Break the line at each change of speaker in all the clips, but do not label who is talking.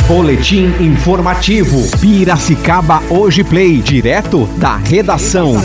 Boletim informativo. Piracicaba Hoje Play, direto da redação.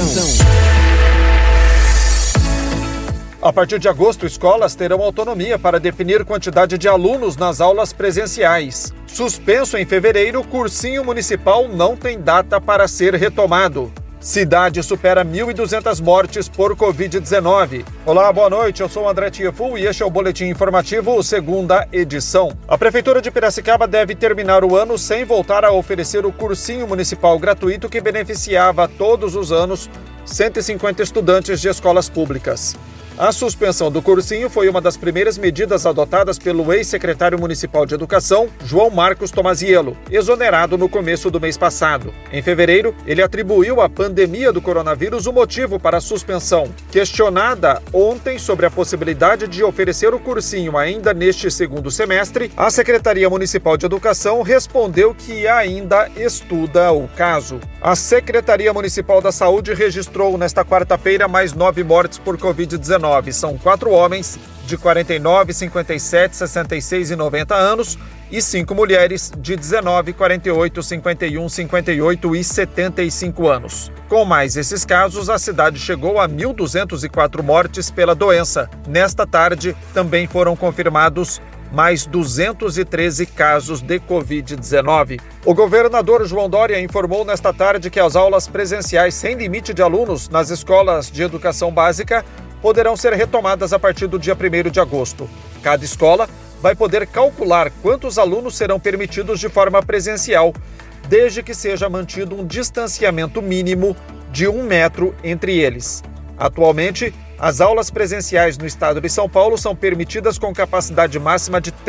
A partir de agosto, escolas terão autonomia para definir quantidade de alunos nas aulas presenciais. Suspenso em fevereiro, cursinho municipal não tem data para ser retomado. Cidade supera 1.200 mortes por Covid-19. Olá, boa noite, eu sou André Tieful e este é o Boletim Informativo, segunda edição. A Prefeitura de Piracicaba deve terminar o ano sem voltar a oferecer o cursinho municipal gratuito que beneficiava todos os anos 150 estudantes de escolas públicas. A suspensão do cursinho foi uma das primeiras medidas adotadas pelo ex-secretário municipal de Educação, João Marcos Tomaziello, exonerado no começo do mês passado. Em fevereiro, ele atribuiu à pandemia do coronavírus o motivo para a suspensão. Questionada ontem sobre a possibilidade de oferecer o cursinho ainda neste segundo semestre, a Secretaria Municipal de Educação respondeu que ainda estuda o caso. A Secretaria Municipal da Saúde registrou nesta quarta-feira mais 9 mortes por Covid-19. São 4 homens de 49, 57, 66 e 90 anos e 5 mulheres de 19, 48, 51, 58 e 75 anos. Com mais esses casos, a cidade chegou a 1.204 mortes pela doença. Nesta tarde, também foram confirmados mais 213 casos de Covid-19. O governador João Dória informou nesta tarde que as aulas presenciais sem limite de alunos nas escolas de educação básica poderão ser retomadas a partir do dia 1º de agosto. Cada escola vai poder calcular quantos alunos serão permitidos de forma presencial, desde que seja mantido um distanciamento mínimo de 1 metro entre eles. Atualmente, as aulas presenciais no estado de São Paulo são permitidas com capacidade máxima de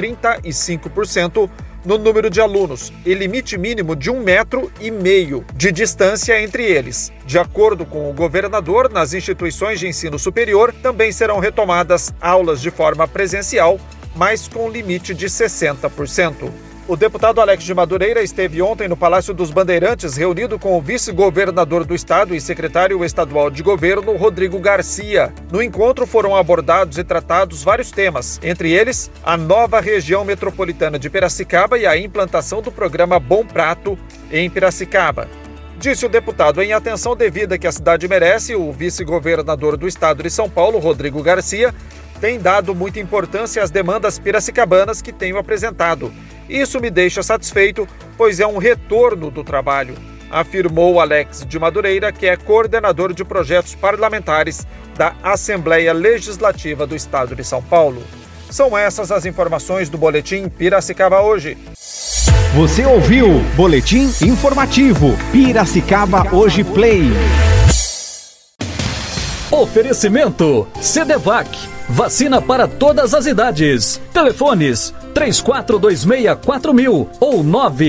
35% no número de alunos e limite mínimo de 1,5 metro de distância entre eles. De acordo com o governador, nas instituições de ensino superior também serão retomadas aulas de forma presencial, mas com limite de 60%. O deputado Alex de Madureira esteve ontem no Palácio dos Bandeirantes reunido com o vice-governador do estado e secretário estadual de governo, Rodrigo Garcia. No encontro foram abordados e tratados vários temas, entre eles a nova região metropolitana de Piracicaba e a implantação do programa Bom Prato em Piracicaba. Disse o deputado, em atenção devida que a cidade merece, o vice-governador do estado de São Paulo, Rodrigo Garcia, tem dado muita importância às demandas piracicabanas que tenho apresentado. Isso me deixa satisfeito, pois é um retorno do trabalho, afirmou Alex de Madureira, que é coordenador de projetos parlamentares da Assembleia Legislativa do Estado de São Paulo. São essas as informações do Boletim Piracicaba Hoje.
Você ouviu Boletim Informativo Piracicaba Hoje Play.
Oferecimento CDVAC. Vacina para todas as idades. Telefones 34264000 ou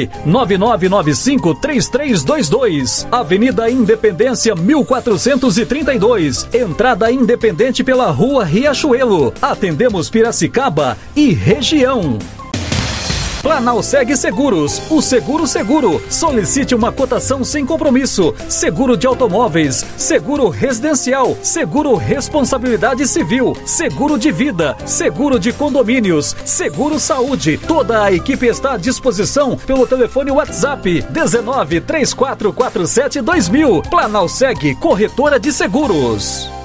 999953322. Avenida Independência 1432. Entrada Independente pela Rua Riachuelo. Atendemos Piracicaba e região. Planalseg Seguros, o seguro seguro. Solicite uma cotação sem compromisso. Seguro de automóveis, seguro residencial, seguro responsabilidade civil, seguro de vida, seguro de condomínios, seguro saúde. Toda a equipe está à disposição pelo telefone WhatsApp 19 3447 2000. Planalseg, corretora de seguros.